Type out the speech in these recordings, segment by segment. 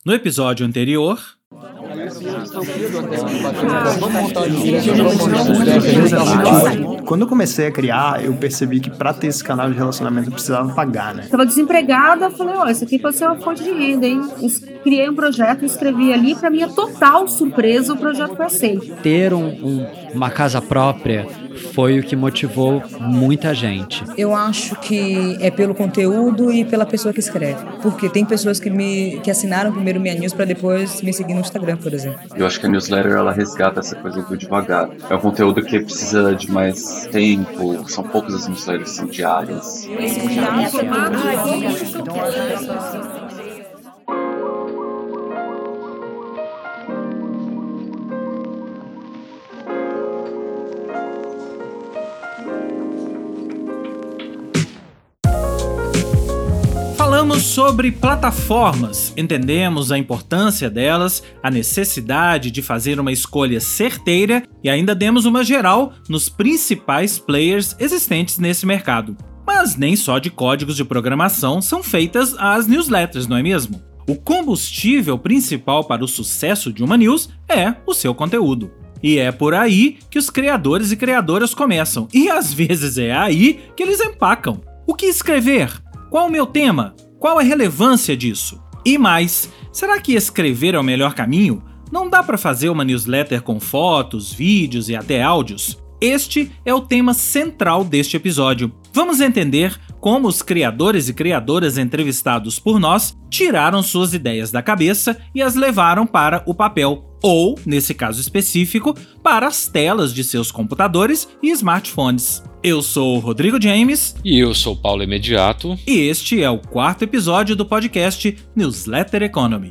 No episódio anterior... Quando eu comecei a criar, eu percebi que para ter esse canal de relacionamento eu precisava pagar, né? Tava desempregada, falei, isso aqui pode ser uma fonte de renda, hein? Criei um projeto, escrevi ali, para minha total surpresa, o projeto foi aceito. Ter uma casa própria foi o que motivou muita gente. Eu acho que é pelo conteúdo e pela pessoa que escreve. Porque tem pessoas que assinaram primeiro minha news para depois me seguir no Instagram, por exemplo. Eu acho que a newsletter, ela resgata essa coisa do devagar. É um conteúdo que precisa de mais tempo, são poucas as newsletters que são diárias. Falamos sobre plataformas, entendemos a importância delas, a necessidade de fazer uma escolha certeira e ainda demos uma geral nos principais players existentes nesse mercado. Mas nem só de códigos de programação são feitas as newsletters, não é mesmo? O combustível principal para o sucesso de uma news é o seu conteúdo. E é por aí que os criadores e criadoras começam, e às vezes é aí que eles empacam. O que escrever? Qual o meu tema? Qual a relevância disso? E mais, será que escrever é o melhor caminho? Não dá para fazer uma newsletter com fotos, vídeos e até áudios? Este é o tema central deste episódio. Vamos entender como os criadores e criadoras entrevistados por nós tiraram suas ideias da cabeça e as levaram para o papel, ou, nesse caso específico, para as telas de seus computadores e smartphones. Eu sou o Rodrigo James. E eu sou o Paulo Imediato. E este é o 4º episódio do podcast Newsletter Economy.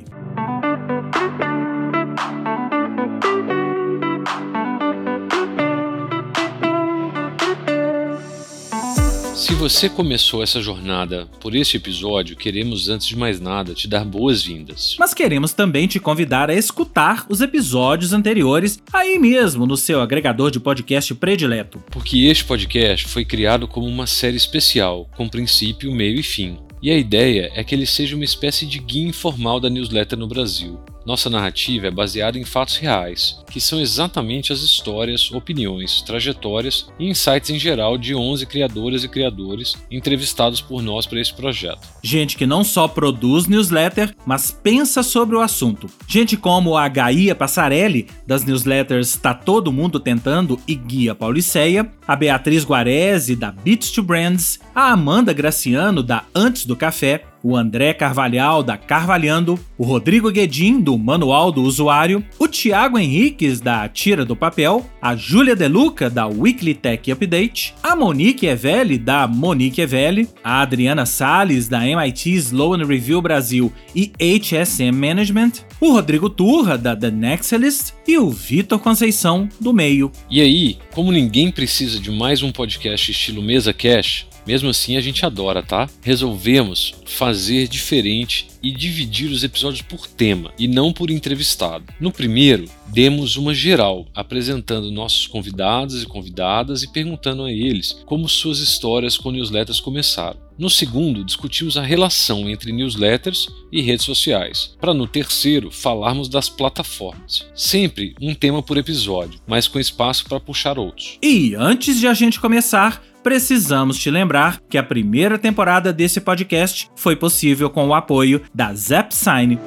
Se você começou essa jornada por este episódio, queremos, antes de mais nada, te dar boas-vindas. Mas queremos também te convidar a escutar os episódios anteriores aí mesmo no seu agregador de podcast predileto. Porque este podcast foi criado como uma série especial, com princípio, meio e fim. E a ideia é que ele seja uma espécie de guia informal da newsletter no Brasil. Nossa narrativa é baseada em fatos reais, que são exatamente as histórias, opiniões, trajetórias e insights em geral de 11 criadoras e criadores entrevistados por nós para esse projeto. Gente que não só produz newsletter, mas pensa sobre o assunto. Gente como a Gaia Passarelli, das newsletters Tá Todo Mundo Tentando e Guia Pauliceia, a Beatriz Guarese, da Beats to Brands, a Amanda Graciano, da Antes do Café, o André Carvalhal, da Carvalhando, o Rodrigo Guedin, do Manual do Usuário, o Thiago Henriques, da Tira do Papel, a Júlia Deluca, da Weekly Tech Update, a Monique Evelli, da Monique Evelli, a Adriana Salles, da MIT Sloan Review Brasil e HSM Management, o Rodrigo Turra, da The Nexalist e o Vitor Conceição, do Meio. E aí, como ninguém precisa de mais um podcast estilo Mesa Cash, mesmo assim a gente adora, tá? Resolvemos fazer diferente e dividir os episódios por tema e não por entrevistado. No primeiro, demos uma geral, apresentando nossos convidados e convidadas e perguntando a eles como suas histórias com newsletters começaram. No segundo, discutimos a relação entre newsletters e redes sociais, para no terceiro falarmos das plataformas. Sempre um tema por episódio, mas com espaço para puxar outros. E antes de a gente começar, precisamos te lembrar que a primeira temporada desse podcast foi possível com o apoio da ZapSign.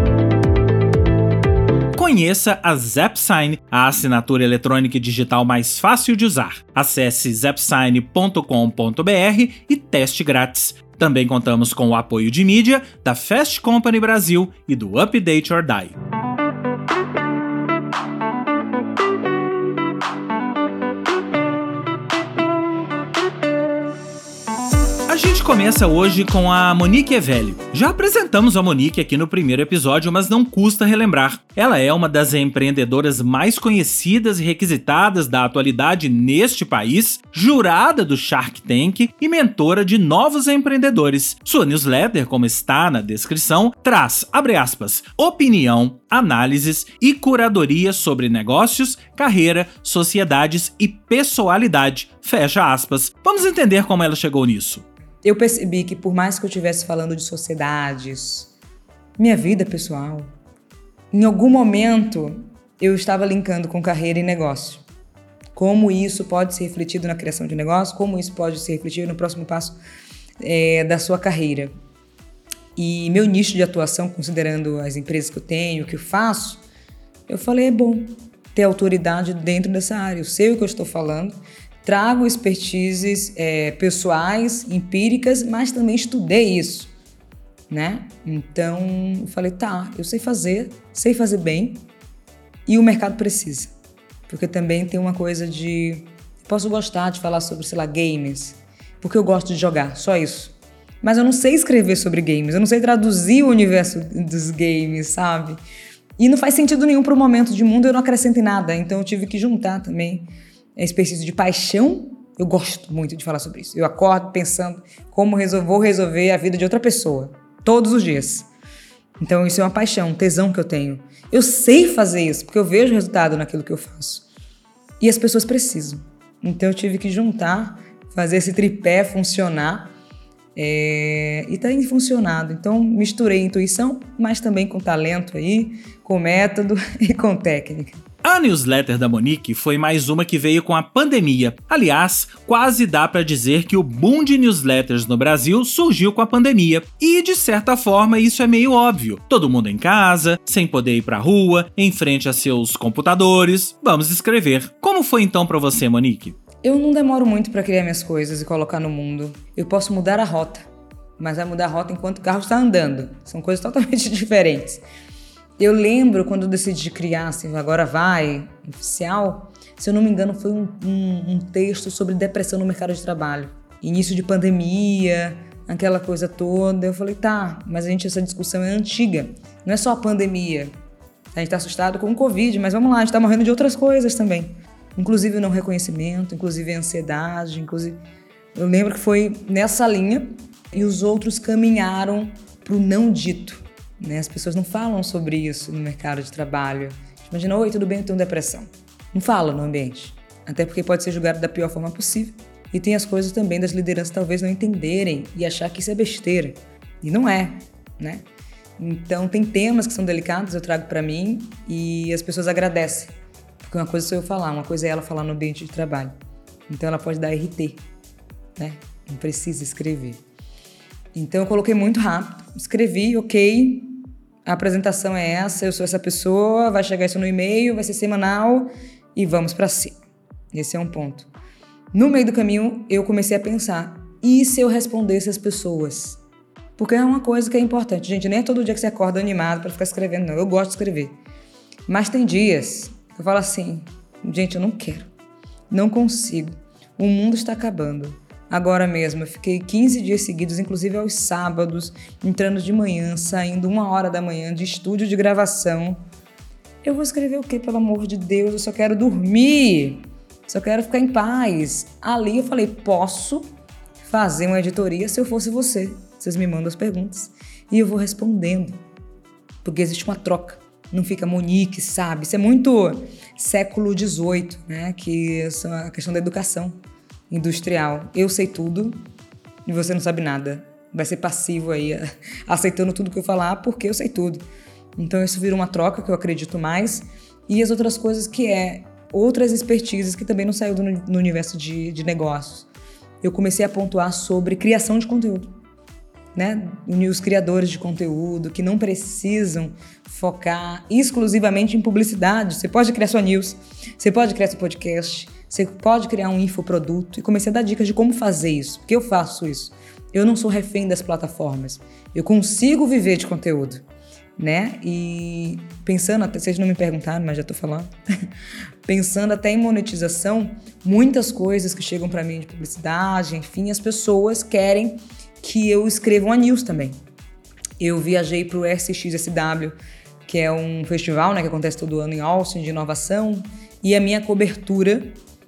Conheça a ZapSign, a assinatura eletrônica e digital mais fácil de usar. Acesse zapsign.com.br e teste grátis. Também contamos com o apoio de mídia da Fast Company Brasil e do Update or Die. A gente começa hoje com a Monique Evelli. Já apresentamos a Monique aqui no primeiro episódio, mas não custa relembrar. Ela é uma das empreendedoras mais conhecidas e requisitadas da atualidade neste país, jurada do Shark Tank e mentora de novos empreendedores. Sua newsletter, como está na descrição, traz, abre aspas, opinião, análises e curadoria sobre negócios, carreira, sociedades e pessoalidade. Fecha aspas. Vamos entender como ela chegou nisso. Eu percebi que por mais que eu estivesse falando de sociedades, minha vida pessoal. Em algum momento, eu estava linkando com carreira e negócio. Como isso pode ser refletido na criação de negócio, como isso pode ser refletido no próximo passo da sua carreira. E meu nicho de atuação, considerando as empresas que eu tenho, o que eu faço, eu falei, é bom ter autoridade dentro dessa área. Eu sei o que eu estou falando, trago expertises pessoais, empíricas, mas também estudei isso, né? Então, eu falei, tá, eu sei fazer bem e o mercado precisa. Porque também tem uma coisa de... Posso gostar de falar sobre, sei lá, games, porque eu gosto de jogar, só isso. Mas eu não sei escrever sobre games, eu não sei traduzir o universo dos games, sabe? E não faz sentido nenhum para o momento de mundo, eu não acrescento em nada. Então eu tive que juntar também esse exercício de paixão. Eu gosto muito de falar sobre isso. Eu acordo pensando como vou resolver a vida de outra pessoa, todos os dias. Então isso é uma paixão, um tesão que eu tenho. Eu sei fazer isso, porque eu vejo resultado naquilo que eu faço. E as pessoas precisam. Então eu tive que juntar, fazer esse tripé funcionar. E tá funcionado. Então misturei intuição, mas também com talento aí, com método e com técnica. A newsletter da Monique foi mais uma que veio com a pandemia. Aliás, quase dá pra dizer que o boom de newsletters no Brasil surgiu com a pandemia. E, de certa forma, isso é meio óbvio. Todo mundo em casa, sem poder ir pra rua, em frente a seus computadores. Vamos escrever. Como foi então pra você, Monique? Eu não demoro muito para criar minhas coisas e colocar no mundo. Eu posso mudar a rota, mas vai mudar a rota enquanto o carro está andando. São coisas totalmente diferentes. Eu lembro quando eu decidi criar, assim, agora vai, oficial, se eu não me engano, foi um texto sobre depressão no mercado de trabalho. Início de pandemia, aquela coisa toda. Eu falei, tá, mas essa discussão é antiga. Não é só a pandemia. A gente tá assustado com o Covid, mas vamos lá, a gente tá morrendo de outras coisas também. Inclusive o não reconhecimento, inclusive a ansiedade, inclusive... Eu lembro que foi nessa linha e os outros caminharam pro não dito. Né? As pessoas não falam sobre isso no mercado de trabalho. Imagina, oi, tudo bem, eu tenho depressão. Não fala no ambiente. Até porque pode ser julgado da pior forma possível. E tem as coisas também das lideranças talvez não entenderem e achar que isso é besteira. E não é, né? Então tem temas que são delicados, eu trago pra mim e as pessoas agradecem. Porque uma coisa sou eu falar, uma coisa é ela falar no ambiente de trabalho. Então ela pode dar RT, né? Não precisa escrever. Então eu coloquei muito rápido, escrevi, ok, a apresentação é essa, eu sou essa pessoa, vai chegar isso no e-mail, vai ser semanal e vamos pra cima. Esse é um ponto. No meio do caminho eu comecei a pensar, e se eu respondesse as pessoas? Porque é uma coisa que é importante, gente, nem é todo dia que você acorda animado pra ficar escrevendo, não, eu gosto de escrever. Mas tem dias que eu falo assim, gente, eu não quero, não consigo, o mundo está acabando. Agora mesmo, eu fiquei 15 dias seguidos, inclusive aos sábados, entrando de manhã, saindo 1h da manhã de estúdio de gravação. Eu vou escrever o quê, pelo amor de Deus? Eu só quero dormir, só quero ficar em paz. Ali eu falei, posso fazer uma editoria se eu fosse você. Vocês me mandam as perguntas e eu vou respondendo, porque existe uma troca. Não fica Monique, sabe? Isso é muito século XVIII, né? Que é a questão da educação industrial. Eu sei tudo e você não sabe nada. Vai ser passivo aí, aceitando tudo que eu falar porque eu sei tudo. Então isso vira uma troca que eu acredito mais. E as outras coisas que outras expertises que também não saiu no universo de negócios. Eu comecei a pontuar sobre criação de conteúdo, né? Os criadores de conteúdo que não precisam focar exclusivamente em publicidade. Você pode criar sua news, você pode criar seu podcast, você pode criar um infoproduto. E comecei a dar dicas de como fazer isso, porque eu faço isso. Eu não sou refém das plataformas. Eu consigo viver de conteúdo, né? E pensando, até vocês não me perguntaram, mas já tô falando. Pensando até em monetização, muitas coisas que chegam para mim de publicidade, enfim, as pessoas querem que eu escreva uma news também. Eu viajei pro SXSW, que é um festival, né, que acontece todo ano em Austin, de inovação, e a minha cobertura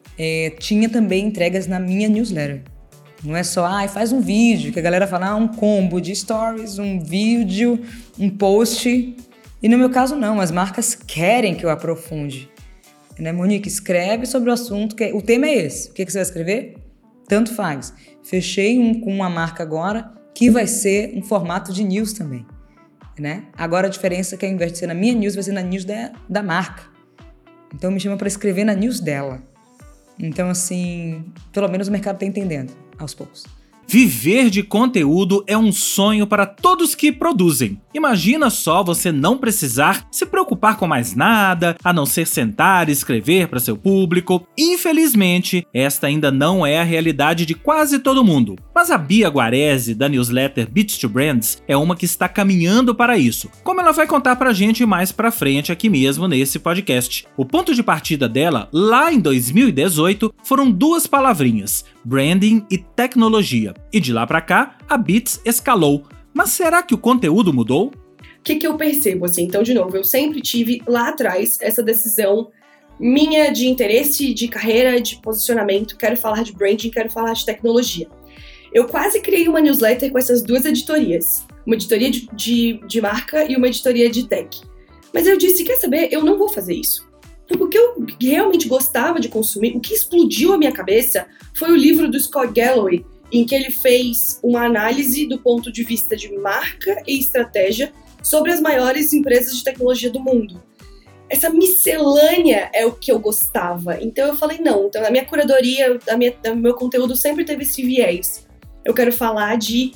tinha também entregas na minha newsletter. Não é só, faz um vídeo, que a galera fala, um combo de stories, um vídeo, um post. E no meu caso não, as marcas querem que eu aprofunde. Né, Monique, escreve sobre o assunto, o tema é esse. O que você vai escrever? Tanto faz. Fechei com uma marca agora, que vai ser um formato de news também. né? Agora a diferença é que ao invés de ser na minha news, vai ser na news da marca. Então me chama para escrever na news dela. Então, assim, pelo menos o mercado tá entendendo, aos poucos. Viver de conteúdo é um sonho para todos que produzem. Imagina só você não precisar se preocupar com mais nada, a não ser sentar e escrever para seu público. Infelizmente, esta ainda não é a realidade de quase todo mundo. Mas a Bia Guarese, da newsletter Beats to Brands, é uma que está caminhando para isso, como ela vai contar pra gente mais pra frente aqui mesmo nesse podcast. O ponto de partida dela, lá em 2018, foram 2 palavrinhas: branding e tecnologia. E de lá pra cá, a Beats escalou. Mas será que o conteúdo mudou? O que eu percebo, assim? Então, de novo, eu sempre tive lá atrás essa decisão minha de interesse, de carreira, de posicionamento. Quero falar de branding, quero falar de tecnologia. Eu quase criei uma newsletter com essas 2 editorias. Uma editoria de marca e uma editoria de tech. Mas eu disse, quer saber? Eu não vou fazer isso. Porque o que eu realmente gostava de consumir, o que explodiu a minha cabeça, foi o livro do Scott Galloway, em que ele fez uma análise do ponto de vista de marca e estratégia sobre as maiores empresas de tecnologia do mundo. Essa miscelânea é o que eu gostava. Então eu falei, não, então a minha curadoria, o meu conteúdo sempre teve esse viés. Eu quero falar de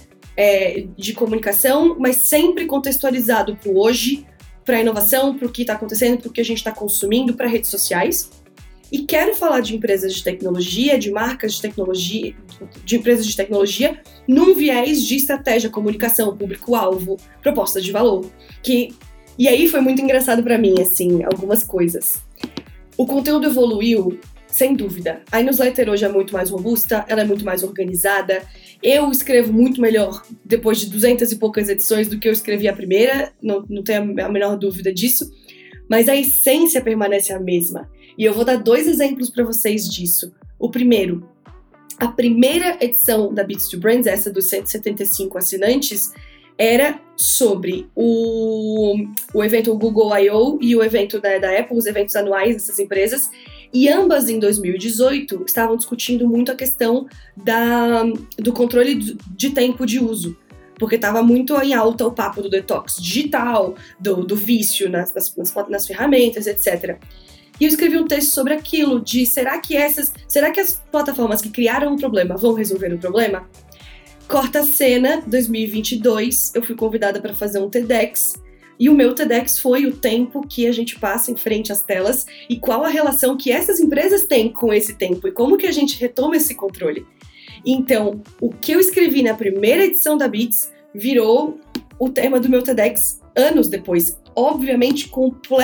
comunicação, mas sempre contextualizado para o hoje, para a inovação, para o que está acontecendo, para o que a gente está consumindo, para redes sociais. E quero falar de empresas de tecnologia, de marcas de tecnologia, de empresas de tecnologia, num viés de estratégia, comunicação, público-alvo, proposta de valor. E aí foi muito engraçado para mim, assim, algumas coisas. O conteúdo evoluiu, sem dúvida. A newsletter hoje é muito mais robusta, ela é muito mais organizada. Eu escrevo muito melhor depois de 200 e poucas edições do que eu escrevi a primeira, não tenho a menor dúvida disso. Mas a essência permanece a mesma. E eu vou dar 2 exemplos para vocês disso. O primeiro, a primeira edição da Beats to Brands, essa dos 175 assinantes, era sobre o evento Google I.O. e o evento da Apple, os eventos anuais dessas empresas. E ambas, em 2018, estavam discutindo muito a questão do controle de tempo de uso. Porque estava muito em alta o papo do detox digital, do vício nas ferramentas, etc. E eu escrevi um texto sobre aquilo, de será que as plataformas que criaram o problema vão resolver o problema? Corta a cena, 2022, eu fui convidada para fazer um TEDx, e o meu TEDx foi o tempo que a gente passa em frente às telas e qual a relação que essas empresas têm com esse tempo e como que a gente retoma esse controle. Então, o que eu escrevi na primeira edição da Beats virou o tema do meu TEDx anos depois. Obviamente,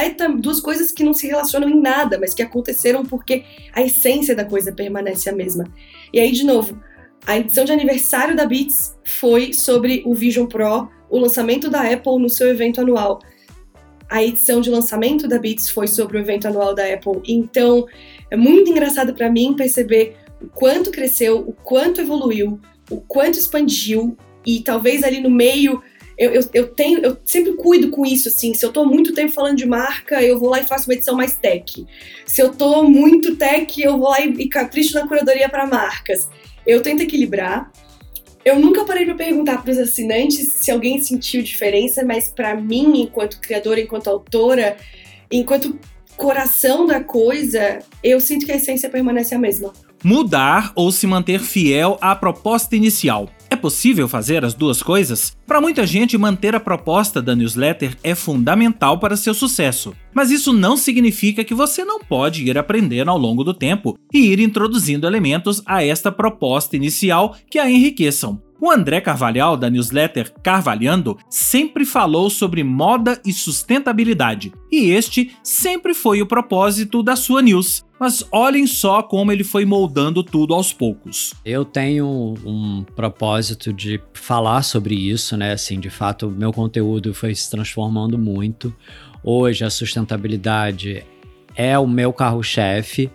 2 coisas que não se relacionam em nada, mas que aconteceram porque a essência da coisa permanece a mesma. E aí, de novo, a edição de aniversário da Beats foi sobre o Vision Pro, o lançamento da Apple no seu evento anual. A edição de lançamento da Beats foi sobre o evento anual da Apple. Então, é muito engraçado para mim perceber o quanto cresceu, o quanto evoluiu, o quanto expandiu, e talvez ali no meio, eu sempre cuido com isso, assim, se eu tô muito tempo falando de marca, eu vou lá e faço uma edição mais tech. Se eu tô muito tech, eu vou lá e capricho na curadoria para marcas. Eu tento equilibrar. Eu nunca parei para perguntar para os assinantes se alguém sentiu diferença, mas para mim, enquanto criadora, enquanto autora, enquanto coração da coisa, eu sinto que a essência permanece a mesma. Mudar ou se manter fiel à proposta inicial. É possível fazer as 2 coisas? Para muita gente, manter a proposta da newsletter é fundamental para seu sucesso. Mas isso não significa que você não pode ir aprendendo ao longo do tempo e ir introduzindo elementos a esta proposta inicial que a enriqueçam. O André Carvalhal, da newsletter Carvalhando, sempre falou sobre moda e sustentabilidade. E este sempre foi o propósito da sua news. Mas olhem só como ele foi moldando tudo aos poucos. Eu tenho um propósito de falar sobre isso, né? Assim, de fato, meu conteúdo foi se transformando muito. Hoje, a sustentabilidade é o meu carro-chefe.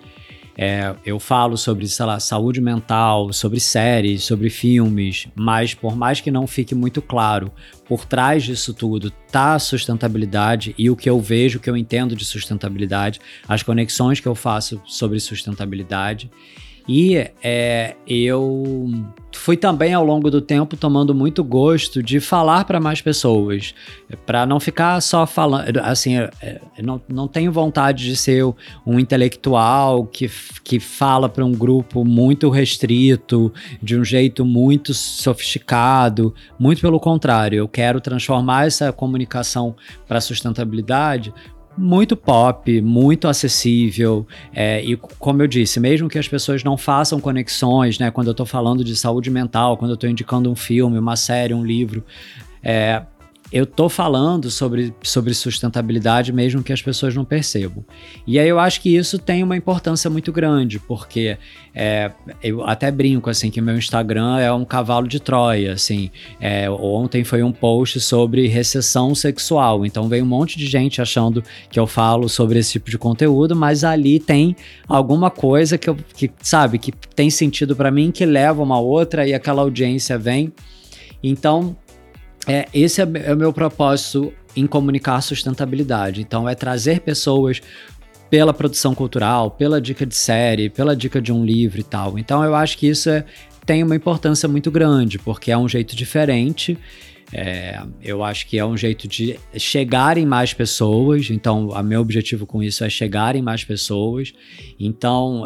Eu falo sobre, sei lá, saúde mental, sobre séries, sobre filmes, mas por mais que não fique muito claro, por trás disso tudo tá a sustentabilidade e o que eu vejo, o que eu entendo de sustentabilidade, as conexões que eu faço sobre sustentabilidade. E eu fui também, ao longo do tempo, tomando muito gosto de falar para mais pessoas, para não ficar só falando, assim, não tenho vontade de ser um intelectual que fala para um grupo muito restrito, de um jeito muito sofisticado, muito pelo contrário, eu quero transformar essa comunicação para sustentabilidade muito pop, muito acessível, e como eu disse, mesmo que as pessoas não façam conexões, né, quando eu tô falando de saúde mental, quando eu tô indicando um filme, uma série, um livro, eu tô falando sobre sustentabilidade mesmo que as pessoas não percebam. E aí eu acho que isso tem uma importância muito grande, porque eu até brinco, assim, que meu Instagram é um cavalo de Troia, assim. Ontem foi um post sobre recessão sexual, então veio um monte de gente achando que eu falo sobre esse tipo de conteúdo, mas ali tem alguma coisa que sabe, que tem sentido para mim, que leva uma outra e aquela audiência vem. Então, esse é o meu propósito em comunicar sustentabilidade. Então, é trazer pessoas pela produção cultural, pela dica de série, pela dica de um livro e tal. Então, eu acho que isso tem uma importância muito grande, porque é um jeito diferente. Eu acho que é um jeito de chegar em mais pessoas. Então, o meu objetivo com isso é chegar em mais pessoas. Então,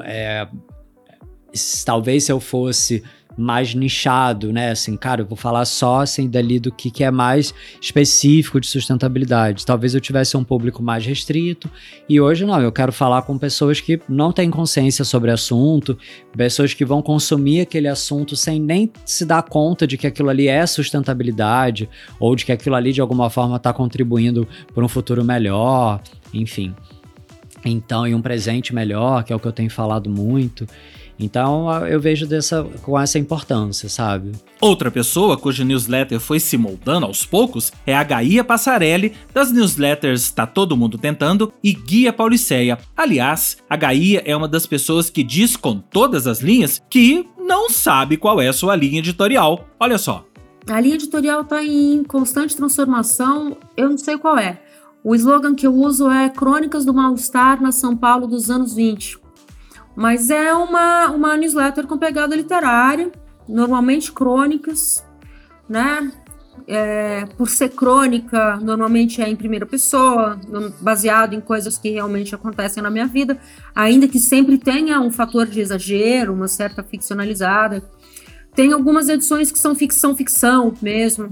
talvez se eu fosse mais nichado, né, assim, cara, eu vou falar só, assim, dali do que é mais específico de sustentabilidade. Talvez eu tivesse um público mais restrito, e hoje não, eu quero falar com pessoas que não têm consciência sobre o assunto, pessoas que vão consumir aquele assunto sem nem se dar conta de que aquilo ali é sustentabilidade, ou de que aquilo ali de alguma forma está contribuindo para um futuro melhor, enfim. Então, e um presente melhor, que é o que eu tenho falado muito. Então, eu vejo com essa importância, sabe? Outra pessoa cuja newsletter foi se moldando aos poucos é a Gaia Passarelli, das newsletters Tá Todo Mundo Tentando e Guia Pauliceia. Aliás, a Gaia é uma das pessoas que diz com todas as linhas que não sabe qual é a sua linha editorial. Olha só. A linha editorial tá em constante transformação, eu não sei qual é. O slogan que eu uso é Crônicas do Mal-Estar na São Paulo dos anos 20. Mas é uma newsletter com pegada literária, normalmente crônicas, né? Por ser crônica, normalmente é em primeira pessoa, baseado em coisas que realmente acontecem na minha vida, ainda que sempre tenha um fator de exagero, uma certa ficcionalizada. Tem algumas edições que são ficção mesmo.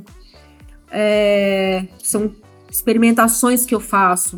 São experimentações que eu faço.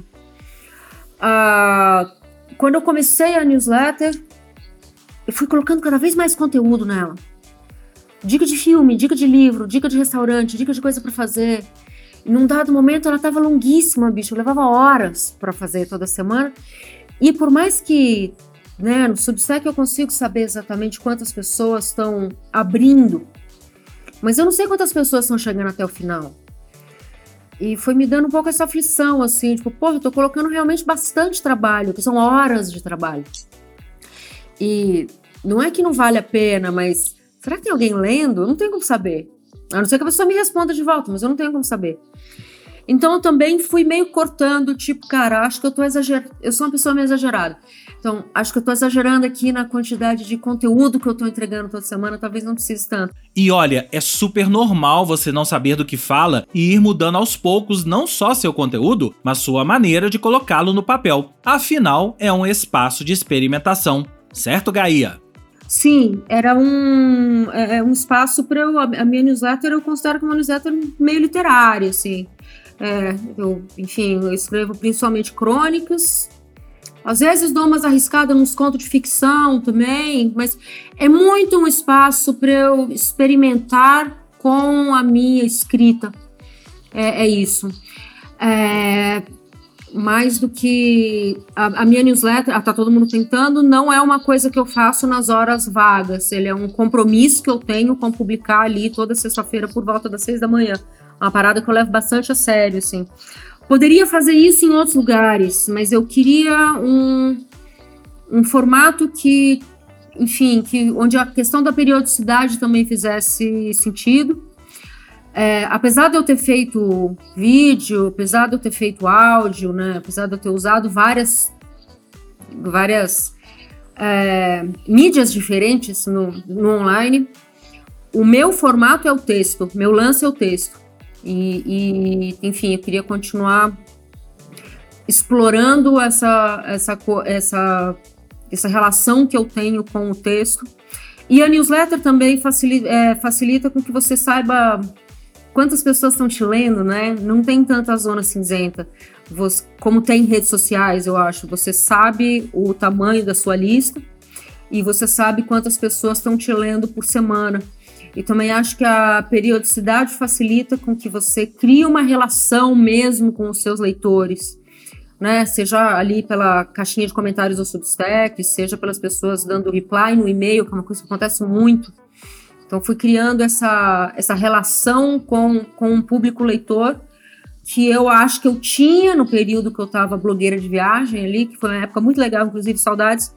Quando eu comecei a newsletter, eu fui colocando cada vez mais conteúdo nela. Dica de filme, dica de livro, dica de restaurante, dica de coisa pra fazer. E num dado momento ela tava longuíssima, bicho. Eu levava horas pra fazer toda semana. E por mais que, né, no Substack eu consigo saber exatamente quantas pessoas estão abrindo, mas eu não sei quantas pessoas estão chegando até o final. E foi me dando um pouco essa aflição, assim, tipo, eu tô colocando realmente bastante trabalho, que são horas de trabalho. E não é que não vale a pena, mas será que tem alguém lendo? Eu não tenho como saber. A não ser que a pessoa me responda de volta, mas eu não tenho como saber. Então eu também fui meio cortando, tipo, cara, acho que eu tô exagerando. Eu sou uma pessoa meio exagerada. Então, acho que eu tô exagerando aqui na quantidade de conteúdo que eu tô entregando toda semana, talvez não precise tanto. E olha, é super normal você não saber do que fala e ir mudando aos poucos não só seu conteúdo, mas sua maneira de colocá-lo no papel. Afinal, é um espaço de experimentação. Certo, Gaia? Sim, era um espaço para eu... A minha newsletter eu considero como uma newsletter meio literária, assim. Eu escrevo principalmente crônicas. Às vezes dou umas arriscadas nos contos de ficção também, mas é muito um espaço para eu experimentar com a minha escrita. É isso. Mais do que a minha newsletter, Tá Todo Mundo Tentando, não é uma coisa que eu faço nas horas vagas. Ele é um compromisso que eu tenho com publicar ali toda sexta-feira por volta das 6 da manhã. Uma parada que eu levo bastante a sério, assim. Poderia fazer isso em outros lugares, mas eu queria um formato que, enfim, onde a questão da periodicidade também fizesse sentido. Apesar de eu ter feito vídeo, apesar de eu ter feito áudio, né, apesar de eu ter usado várias mídias diferentes no online. O meu formato é o texto, meu lance é o texto. Enfim, eu queria continuar explorando essa relação que eu tenho com o texto. E a newsletter também facilita com que você saiba quantas pessoas estão te lendo, né? Não tem tanta zona cinzenta. Como tem em redes sociais, eu acho. Você sabe o tamanho da sua lista e você sabe quantas pessoas estão te lendo por semana. E também acho que a periodicidade facilita com que você crie uma relação mesmo com os seus leitores, né? Seja ali pela caixinha de comentários do Substack, seja pelas pessoas dando reply no e-mail, que é uma coisa que acontece muito. Então, fui criando essa relação com um público leitor que eu acho que eu tinha no período que eu estava blogueira de viagem ali, que foi uma época muito legal, inclusive saudades,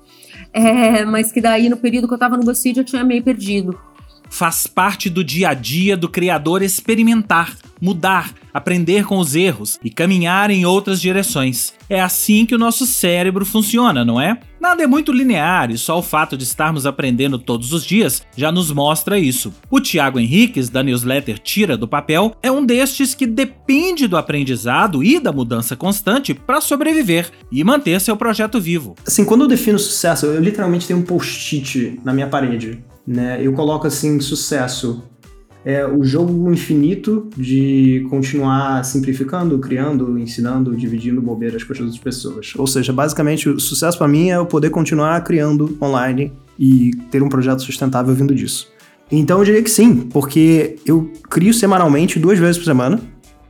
mas que daí no período que eu estava no BuzzFeed eu tinha meio perdido. Faz parte do dia a dia do criador experimentar, mudar, aprender com os erros e caminhar em outras direções. É assim que o nosso cérebro funciona, não é? Nada é muito linear e só o fato de estarmos aprendendo todos os dias já nos mostra isso. O Thiago Henriques, da newsletter Tira do Papel, é um destes que depende do aprendizado e da mudança constante para sobreviver e manter seu projeto vivo. Assim, quando eu defino sucesso, eu literalmente tenho um post-it na minha parede, né? Eu coloco assim, sucesso é o jogo infinito de continuar simplificando, criando, ensinando, dividindo bobeiras com as outras pessoas. Ou seja, basicamente, o sucesso para mim é eu poder continuar criando online e ter um projeto sustentável vindo disso. Então eu diria que sim, porque eu crio semanalmente 2 vezes por semana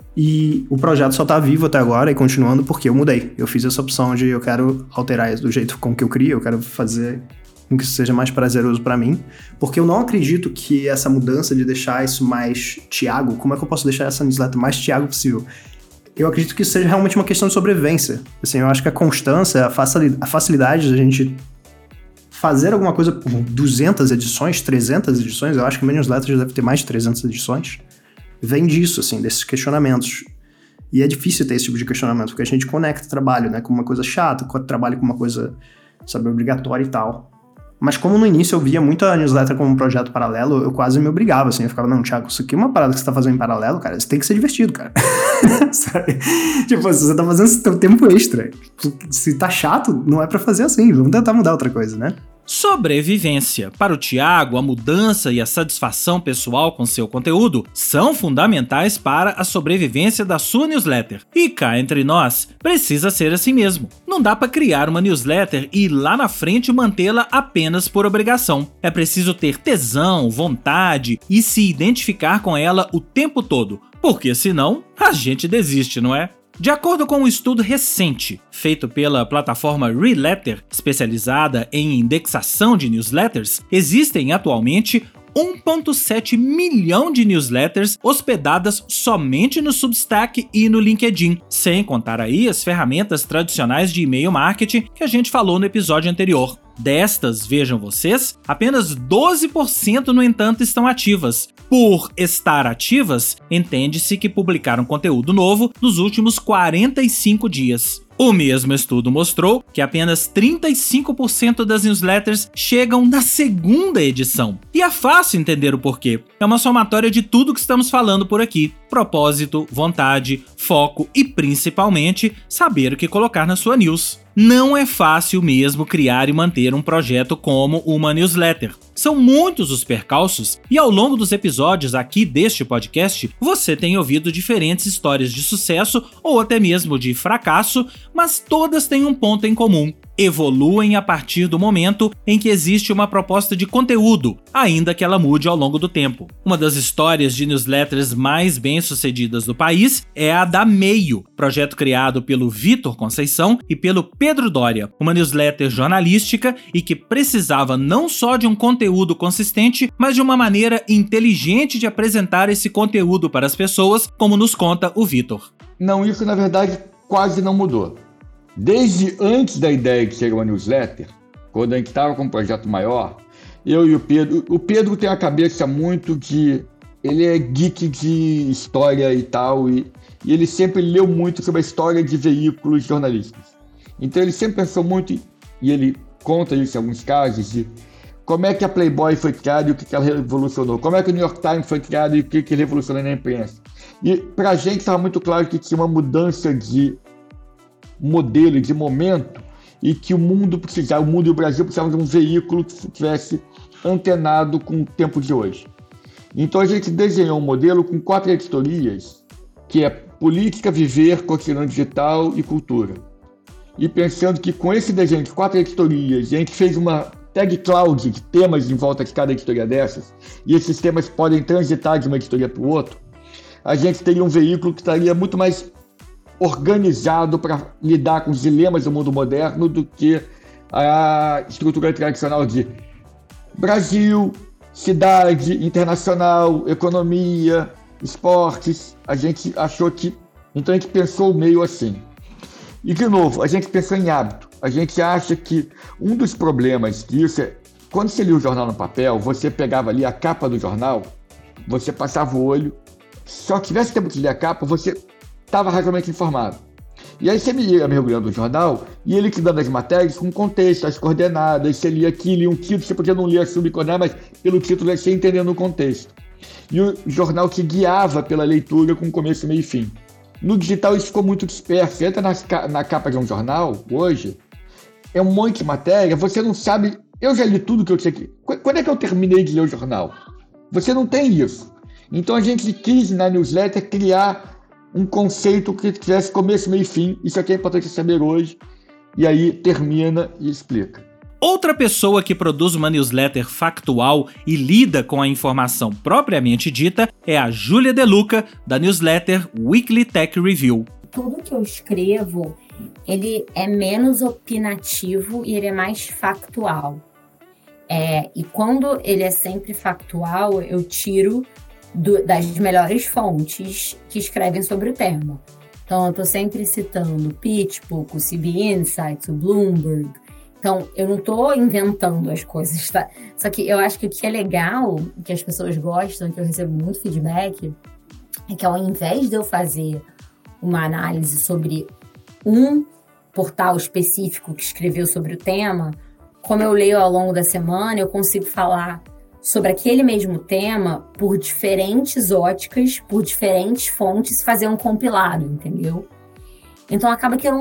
e o projeto só tá vivo até agora e continuando porque eu mudei. Eu fiz essa opção de eu quero alterar do jeito com que eu crio, eu quero fazer com que isso seja mais prazeroso para mim, porque eu não acredito que essa mudança de deixar isso mais Thiago, como é que eu posso deixar essa newsletter mais Thiago possível? Eu acredito que isso seja realmente uma questão de sobrevivência. Assim, eu acho que a constância, a facilidade de a gente fazer alguma coisa por 200 edições, 300 edições, eu acho que a minha newsletter já deve ter mais de 300 edições, vem disso, assim, desses questionamentos. E é difícil ter esse tipo de questionamento, porque a gente conecta trabalho, né, com uma coisa chata, trabalho com uma coisa, sabe, obrigatória e tal. Mas como no início eu via muito a newsletter como um projeto paralelo, eu quase me obrigava, assim. Eu ficava, não, Thiago, isso aqui é uma parada que você tá fazendo em paralelo, cara. Isso tem que ser divertido, cara. Sabe? Tipo, se você tá fazendo esse teu tempo extra, se tá chato, não é pra fazer assim. Vamos tentar mudar outra coisa, né? Sobrevivência. Para o Thiago, a mudança e a satisfação pessoal com seu conteúdo são fundamentais para a sobrevivência da sua newsletter. E cá entre nós, precisa ser assim mesmo. Não dá para criar uma newsletter e lá na frente mantê-la apenas por obrigação. É preciso ter tesão, vontade e se identificar com ela o tempo todo, porque senão a gente desiste, não é? De acordo com um estudo recente, feito pela plataforma Reletter, especializada em indexação de newsletters, existem atualmente 1,7 milhão de newsletters hospedadas somente no Substack e no LinkedIn, sem contar aí as ferramentas tradicionais de e-mail marketing que a gente falou no episódio anterior. Destas, vejam vocês, apenas 12% no entanto estão ativas. Por estar ativas, entende-se que publicaram conteúdo novo nos últimos 45 dias. O mesmo estudo mostrou que apenas 35% das newsletters chegam na segunda edição. E é fácil entender o porquê. É uma somatória de tudo que estamos falando por aqui. Propósito, vontade, foco e, principalmente, saber o que colocar na sua news. Não é fácil mesmo criar e manter um projeto como uma newsletter. São muitos os percalços e ao longo dos episódios aqui deste podcast, você tem ouvido diferentes histórias de sucesso ou até mesmo de fracasso, mas todas têm um ponto em comum. Evoluem a partir do momento em que existe uma proposta de conteúdo, ainda que ela mude ao longo do tempo. Uma das histórias de newsletters mais bem-sucedidas do país é a da Meio, projeto criado pelo Vitor Conceição e pelo Pedro Doria, uma newsletter jornalística e que precisava não só de um conteúdo consistente, mas de uma maneira inteligente de apresentar esse conteúdo para as pessoas, como nos conta o Vitor. Não, isso na verdade quase não mudou. Desde antes da ideia de ser uma newsletter, quando a gente estava com um projeto maior, eu e o Pedro tem a cabeça muito de... Ele é geek de história e tal, e ele sempre leu muito sobre a história de veículos jornalísticos. Então ele sempre pensou muito, e ele conta isso em alguns casos, de como é que a Playboy foi criada e o que ela revolucionou, como é que o New York Times foi criado e o que ele revolucionou na imprensa. E pra gente estava muito claro que tinha uma mudança de modelo, de momento, e que o mundo e o Brasil precisavam de um veículo que estivesse antenado com o tempo de hoje. Então a gente desenhou um modelo com 4 editorias, que é política, viver, cotidiano digital e cultura. E pensando que com esse desenho de 4 editorias, a gente fez uma tag cloud de temas em volta de cada editoria dessas, e esses temas podem transitar de uma editoria para o outro, a gente teria um veículo que estaria muito mais organizado para lidar com os dilemas do mundo moderno do que a estrutura tradicional de Brasil, cidade, internacional, economia, esportes. A gente achou que... Então a gente pensou meio assim. E, de novo, a gente pensou em hábito. A gente acha que um dos problemas disso é... Quando você lia o jornal no papel, você pegava ali a capa do jornal, você passava o olho, só que tivesse tempo de ler a capa, você estava razoavelmente informado. E aí você ia mergulhando no jornal e ele te dando as matérias com contexto, as coordenadas, você lia aqui, lia um título, você podia não ler as subcoordenadas, mas pelo título você ia entendendo o contexto. E o jornal te guiava pela leitura com começo, meio e fim. No digital isso ficou muito disperso. Você entra na capa de um jornal, hoje, é um monte de matéria, você não sabe... Eu já li tudo que eu tinha aqui. Quando é que eu terminei de ler o jornal? Você não tem isso. Então a gente quis, na newsletter, criar um conceito que tivesse começo, meio e fim. Isso aqui é importante saber hoje. E aí termina e explica. Outra pessoa que produz uma newsletter factual e lida com a informação propriamente dita é a Júlia De Luca, da newsletter Weekly Tech Review. Tudo que eu escrevo, ele é menos opinativo e ele é mais factual. E quando ele é sempre factual, eu tiro das melhores fontes que escrevem sobre o tema. Então, eu estou sempre citando o PitchBook, o CB Insights, o Bloomberg. Então, eu não estou inventando as coisas, tá? Só que eu acho que o que é legal, que as pessoas gostam, que eu recebo muito feedback, é que ao invés de eu fazer uma análise sobre um portal específico que escreveu sobre o tema, como eu leio ao longo da semana, eu consigo falar sobre aquele mesmo tema por diferentes óticas, por diferentes fontes, fazer um compilado, entendeu? Então acaba que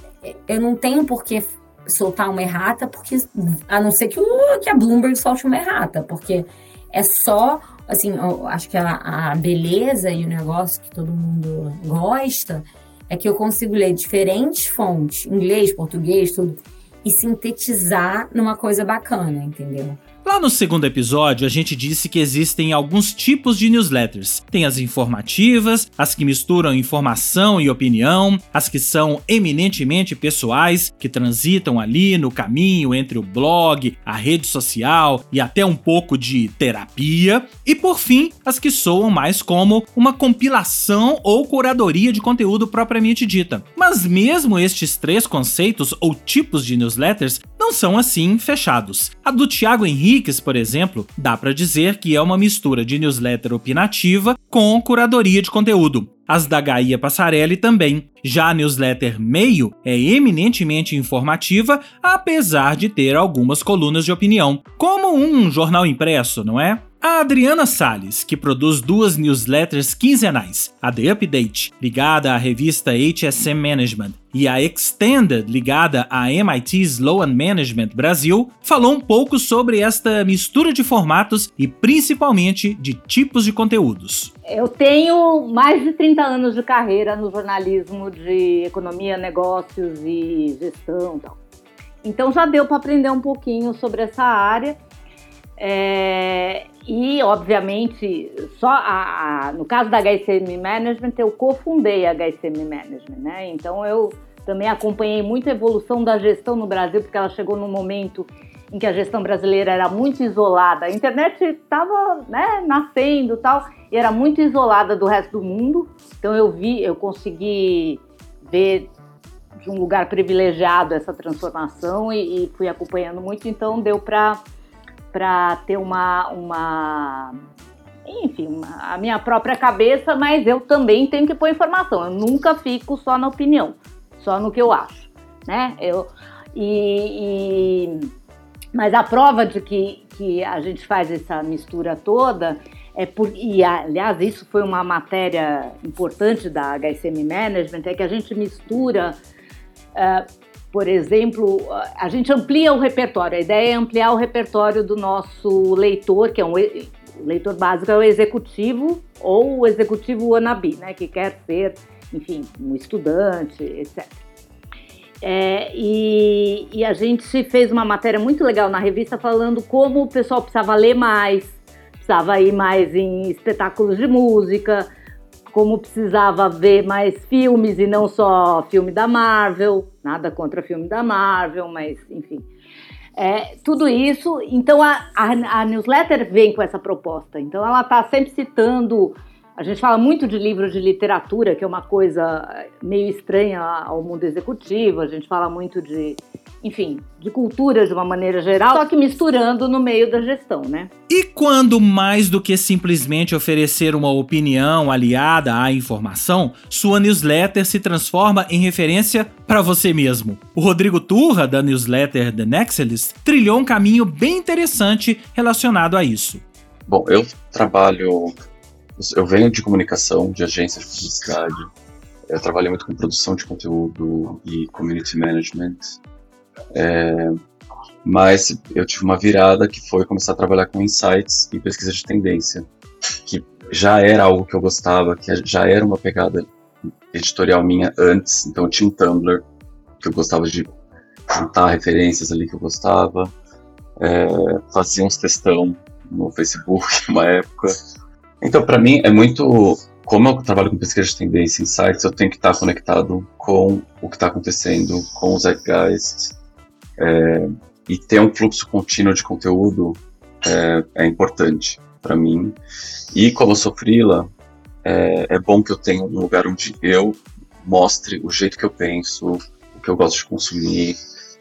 eu não tenho por que soltar uma errata, porque, a não ser que a Bloomberg solte uma errata, porque é só, assim, eu acho que a beleza e o negócio que todo mundo gosta é que eu consigo ler diferentes fontes, inglês, português, tudo, e sintetizar numa coisa bacana, entendeu? Lá no segundo episódio, a gente disse que existem alguns tipos de newsletters. Tem as informativas, as que misturam informação e opinião, as que são eminentemente pessoais, que transitam ali no caminho entre o blog, a rede social e até um pouco de terapia. E por fim, as que soam mais como uma compilação ou curadoria de conteúdo propriamente dita. Mas mesmo estes 3 conceitos ou tipos de newsletters não são assim fechados. A do Thiago Henriques, por exemplo, dá para dizer que é uma mistura de newsletter opinativa com curadoria de conteúdo. As da Gaia Passarelli também. Já a newsletter Meio é eminentemente informativa, apesar de ter algumas colunas de opinião, como um jornal impresso, não é? A Adriana Salles, que produz 2 newsletters quinzenais, a The Update, ligada à revista HSM Management, e a Extended, ligada à MIT Sloan Management Brasil, falou um pouco sobre esta mistura de formatos e principalmente de tipos de conteúdos. Eu tenho mais de 30 anos de carreira no jornalismo de economia, negócios e gestão e tal. Então já deu para aprender um pouquinho sobre essa área. E, obviamente, no caso da HSM Management, eu cofundei a HSM Management, né? Então, eu também acompanhei muito a evolução da gestão no Brasil, porque ela chegou num momento em que a gestão brasileira era muito isolada. A internet estava, né, nascendo e tal, e era muito isolada do resto do mundo. Então, eu consegui ver de um lugar privilegiado essa transformação e fui acompanhando muito. Então, deu para ter a minha própria cabeça, mas eu também tenho que pôr informação. Eu nunca fico só na opinião, só no que eu acho, né? Mas a prova de que a gente faz essa mistura toda e aliás, isso foi uma matéria importante da HSM Management, é que a gente mistura, por exemplo, a gente amplia o repertório. A ideia é ampliar o repertório do nosso leitor, que é o leitor básico, é o executivo ou o executivo wannabe, né, que quer ser, enfim, um estudante, etc. E a gente fez uma matéria muito legal na revista falando como o pessoal precisava ler mais, precisava ir mais em espetáculos de música, como precisava ver mais filmes e não só filme da Marvel, nada contra filme da Marvel, mas enfim. Tudo isso, então a newsletter vem com essa proposta, então ela está sempre citando, a gente fala muito de livros de literatura, que é uma coisa meio estranha ao mundo executivo, a gente fala muito de cultura de uma maneira geral, só que misturando no meio da gestão, né? E quando mais do que simplesmente oferecer uma opinião aliada à informação, sua newsletter se transforma em referência para você mesmo. O Rodrigo Turra, da newsletter The Nexalist, trilhou um caminho bem interessante relacionado a isso. Bom, eu venho de comunicação, de agência de publicidade, eu trabalhei muito com produção de conteúdo e community management, mas eu tive uma virada que foi começar a trabalhar com insights e pesquisa de tendência, que já era algo que eu gostava, que já era uma pegada editorial minha antes, então eu tinha um Tumblr, que eu gostava de juntar referências ali que eu gostava, fazia uns textão no Facebook uma época. Então, para mim, é muito... Como eu trabalho com pesquisa de tendência e insights, eu tenho que estar conectado com o que está acontecendo, com os zeitgeist, e ter um fluxo contínuo de conteúdo é importante para mim. E como eu sou freela, é bom que eu tenha um lugar onde eu mostre o jeito que eu penso, o que eu gosto de consumir,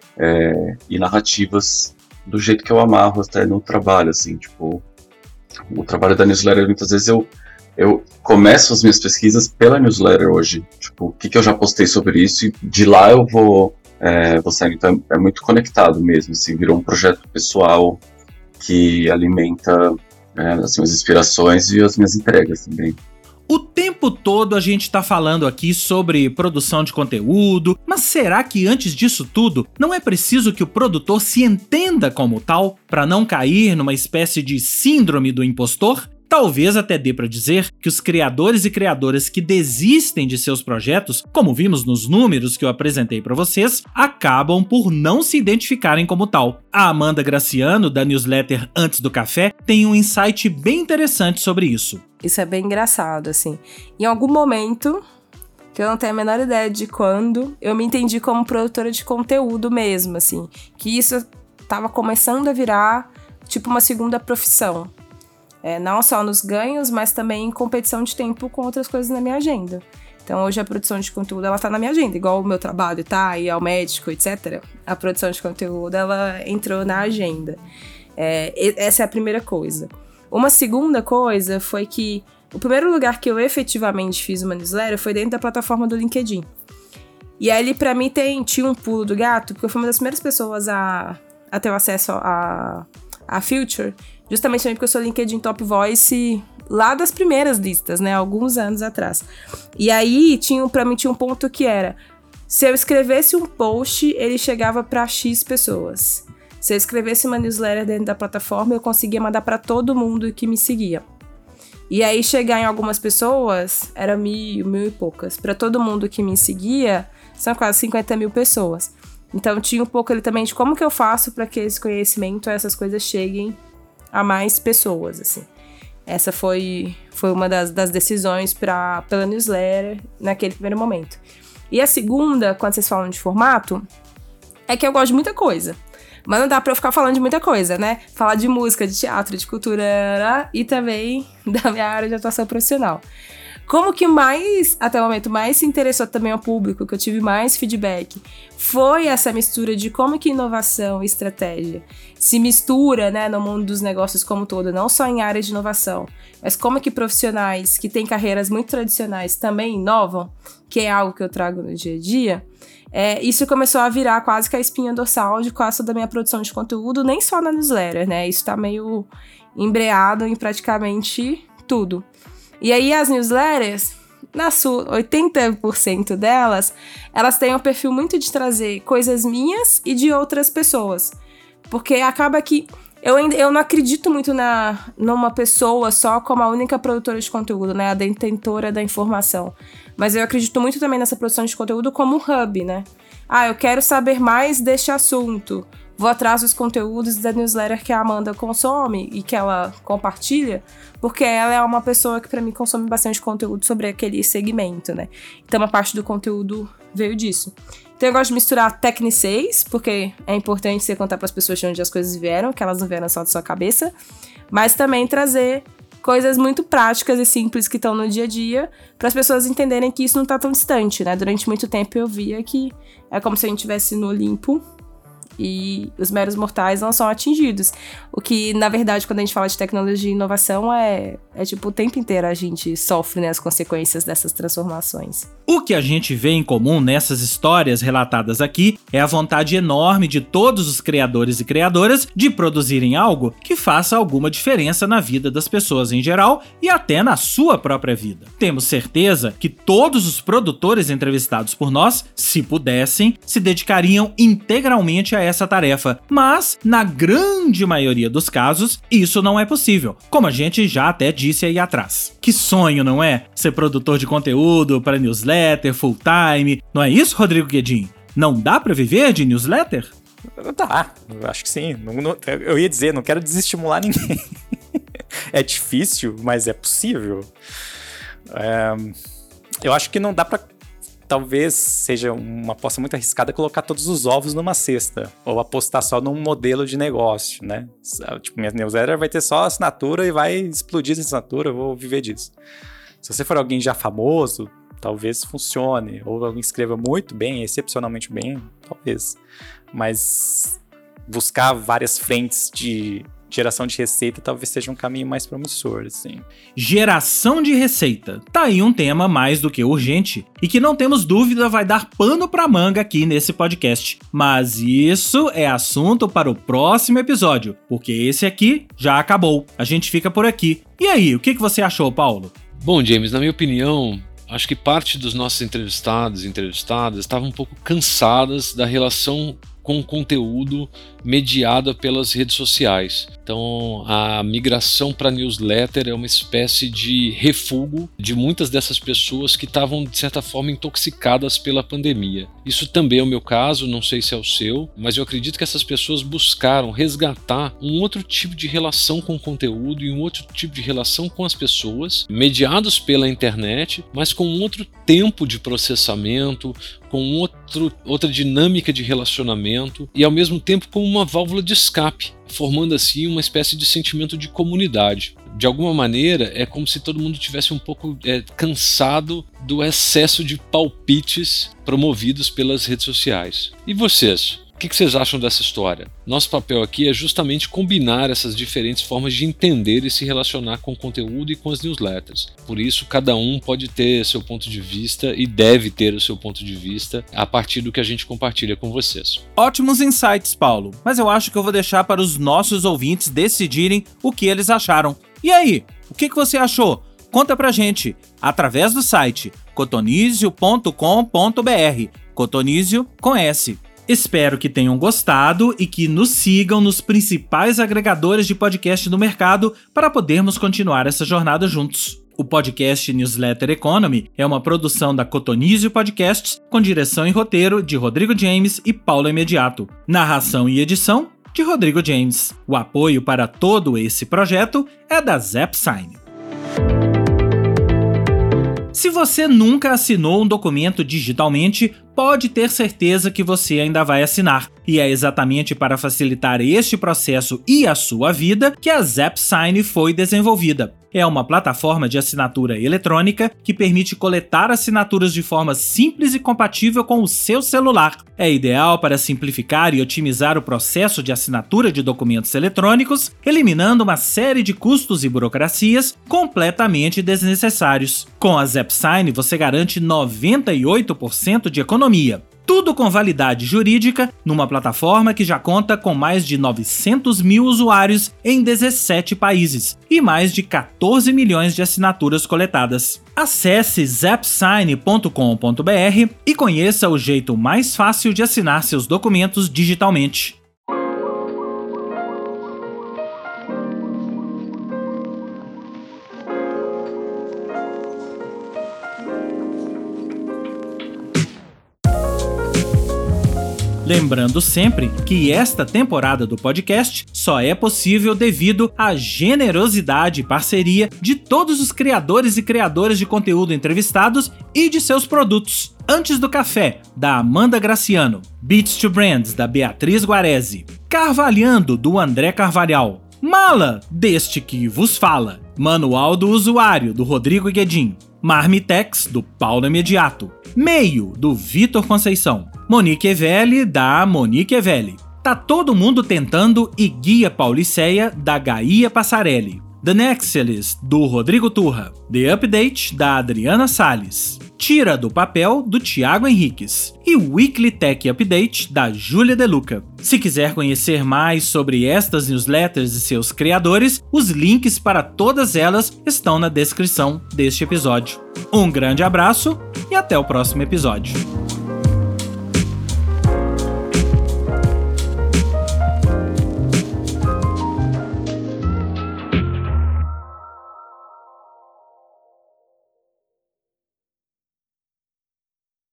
e narrativas do jeito que eu amarro até no trabalho, assim, tipo... O trabalho da newsletter, muitas vezes eu começo as minhas pesquisas pela newsletter hoje. Tipo, o que eu já postei sobre isso e de lá eu vou sair. Então é muito conectado mesmo, assim, virou um projeto pessoal que alimenta as minhas inspirações e as minhas entregas também. O tempo todo a gente está falando aqui sobre produção de conteúdo, mas será que antes disso tudo não é preciso que o produtor se entenda como tal para não cair numa espécie de síndrome do impostor? Talvez até dê para dizer que os criadores e criadoras que desistem de seus projetos, como vimos nos números que eu apresentei para vocês, acabam por não se identificarem como tal. A Amanda Graciano, da newsletter Antes do Café, tem um insight bem interessante sobre isso. Isso é bem engraçado, assim. Em algum momento, que eu não tenho a menor ideia de quando, eu me entendi como produtora de conteúdo mesmo, assim. Que isso tava começando a virar, tipo, uma segunda profissão. Não só nos ganhos, mas também em competição de tempo com outras coisas na minha agenda. Então, hoje a produção de conteúdo, ela tá na minha agenda, igual o meu trabalho tá, ir ao médico, etc. A produção de conteúdo, ela entrou na agenda. Essa é a primeira coisa. Uma segunda coisa foi que o primeiro lugar que eu efetivamente fiz uma newsletter foi dentro da plataforma do LinkedIn. E ali, pra mim, tinha um pulo do gato, porque eu fui uma das primeiras pessoas a ter o acesso a Future, justamente porque eu sou LinkedIn Top Voice lá das primeiras listas, né, alguns anos atrás. E aí, pra mim, tinha um ponto que era, se eu escrevesse um post, ele chegava para X pessoas. Se eu escrevesse uma newsletter dentro da plataforma, eu conseguia mandar para todo mundo que me seguia. E aí, chegar em algumas pessoas, era 1.000 e poucas. Para todo mundo que me seguia, são quase 50 mil pessoas. Então, tinha um pouco ali também de como que eu faço para que esse conhecimento, essas coisas cheguem a mais pessoas, assim. Essa foi uma das decisões pela newsletter naquele primeiro momento. E a segunda, quando vocês falam de formato, é que eu gosto de muita coisa. Mas não dá pra eu ficar falando de muita coisa, né? Falar de música, de teatro, de cultura e também da minha área de atuação profissional. Como que até o momento, mais se interessou também ao público, que eu tive mais feedback, foi essa mistura de como que inovação e estratégia se mistura, né, no mundo dos negócios como um todo, não só em áreas de inovação, mas como que profissionais que têm carreiras muito tradicionais também inovam, que é algo que eu trago no dia a dia. Isso começou a virar quase que a espinha dorsal de quase da minha produção de conteúdo, nem só na newsletter, né? Isso tá meio embreado em praticamente tudo. E aí as newsletters, 80% delas, elas têm um perfil muito de trazer coisas minhas e de outras pessoas. Porque acaba que eu não acredito muito numa pessoa só como a única produtora de conteúdo, né? A detentora da informação. Mas eu acredito muito também nessa produção de conteúdo como um hub, né? Eu quero saber mais deste assunto. Vou atrás dos conteúdos da newsletter que a Amanda consome e que ela compartilha, porque ela é uma pessoa que, pra mim, consome bastante conteúdo sobre aquele segmento, né? Então, uma parte do conteúdo veio disso. Então, eu gosto de misturar tecniceis, porque é importante você contar pras pessoas de onde as coisas vieram, que elas não vieram só da sua cabeça, mas também trazer coisas muito práticas e simples que estão no dia a dia, para as pessoas entenderem que isso não tá tão distante, né? Durante muito tempo eu via que é como se a gente estivesse no Olimpo e os meros mortais não são atingidos. O que, na verdade, quando a gente fala de tecnologia e inovação, é tipo, o tempo inteiro a gente sofre, né, as consequências dessas transformações. O que a gente vê em comum nessas histórias relatadas aqui é a vontade enorme de todos os criadores e criadoras de produzirem algo que faça alguma diferença na vida das pessoas em geral e até na sua própria vida. Temos certeza que todos os produtores entrevistados por nós, se pudessem, se dedicariam integralmente a essa tarefa, mas, na grande maioria dos casos, isso não é possível, como a gente já até disse aí atrás. Que sonho, não é? Ser produtor de conteúdo para newsletter, full time, não é isso, Rodrigo Guedin? Não dá para viver de newsletter? Dá, eu acho que sim. Eu ia dizer, não quero desestimular ninguém. É difícil, mas é possível. Eu acho que não dá pra... Talvez seja uma aposta muito arriscada colocar todos os ovos numa cesta, ou apostar só num modelo de negócio, né? Tipo, minha newsletter vai ter só assinatura e vai explodir essa assinatura, eu vou viver disso. Se você for alguém já famoso, talvez funcione, ou alguém escreva muito bem, excepcionalmente bem, talvez. Mas buscar várias frentes de geração de receita talvez seja um caminho mais promissor, assim. Geração de receita. Tá aí um tema mais do que urgente e que não temos dúvida vai dar pano pra manga aqui nesse podcast. Mas isso é assunto para o próximo episódio, porque esse aqui já acabou. A gente fica por aqui. E aí, o que você achou, Paulo? Bom, James, na minha opinião, acho que parte dos nossos entrevistados e entrevistadas estavam um pouco cansadas da relação com o conteúdo mediada pelas redes sociais. Então, a migração para newsletter é uma espécie de refúgio de muitas dessas pessoas que estavam, de certa forma, intoxicadas pela pandemia. Isso também é o meu caso, não sei se é o seu, mas eu acredito que essas pessoas buscaram resgatar um outro tipo de relação com o conteúdo e um outro tipo de relação com as pessoas, mediados pela internet, mas com um outro tempo de processamento, com outra dinâmica de relacionamento e, ao mesmo tempo, como uma válvula de escape, formando assim uma espécie de sentimento de comunidade. De alguma maneira, é como se todo mundo tivesse um pouco cansado do excesso de palpites promovidos pelas redes sociais. E vocês? O que vocês acham dessa história? Nosso papel aqui é justamente combinar essas diferentes formas de entender e se relacionar com o conteúdo e com as newsletters. Por isso, cada um pode ter seu ponto de vista e deve ter o seu ponto de vista a partir do que a gente compartilha com vocês. Ótimos insights, Paulo, mas eu acho que eu vou deixar para os nossos ouvintes decidirem o que eles acharam. E aí, o que você achou? Conta pra gente, através do site cotonizio.com.br, Cotonizio com S. Espero que tenham gostado e que nos sigam nos principais agregadores de podcast do mercado para podermos continuar essa jornada juntos. O podcast Newsletter Economy é uma produção da Cotonizio Podcasts com direção e roteiro de Rodrigo James e Paulo Imediato. Narração e edição de Rodrigo James. O apoio para todo esse projeto é da Zapsign. Se você nunca assinou um documento digitalmente, pode ter certeza que você ainda vai assinar. E é exatamente para facilitar este processo e a sua vida que a Zapsign foi desenvolvida. é uma plataforma de assinatura eletrônica que permite coletar assinaturas de forma simples e compatível com o seu celular. É ideal para simplificar e otimizar o processo de assinatura de documentos eletrônicos, eliminando uma série de custos e burocracias completamente desnecessários. Com a ZapSign, você garante 98% de economia. Tudo com validade jurídica, numa plataforma que já conta com mais de 900 mil usuários em 17 países e mais de 14 milhões de assinaturas coletadas. Acesse zapsign.com.br e conheça o jeito mais fácil de assinar seus documentos digitalmente. Lembrando sempre que esta temporada do podcast só é possível devido à generosidade e parceria de todos os criadores e criadoras de conteúdo entrevistados e de seus produtos. Antes do Café, da Amanda Graciano. Beats to Brands, da Beatriz Guarese. Carvalhando, do André Carvalhal. Mala, deste que vos fala. Manual do Usuário, do Rodrigo Guedin. Marmitex, do Paulo Imediato. Meio, do Vitor Conceição. Monique Evelli, da Monique Evelli. Tá todo mundo tentando e Guia Pauliceia, da Gaia Passarelli. The Nexelis, do Rodrigo Turra. The Update, da Adriana Salles. Tira do Papel, do Thiago Henriques. E Weekly Tech Update, da Júlia De Luca. Se quiser conhecer mais sobre estas newsletters e seus criadores, os links para todas elas estão na descrição deste episódio. Um grande abraço e até o próximo episódio.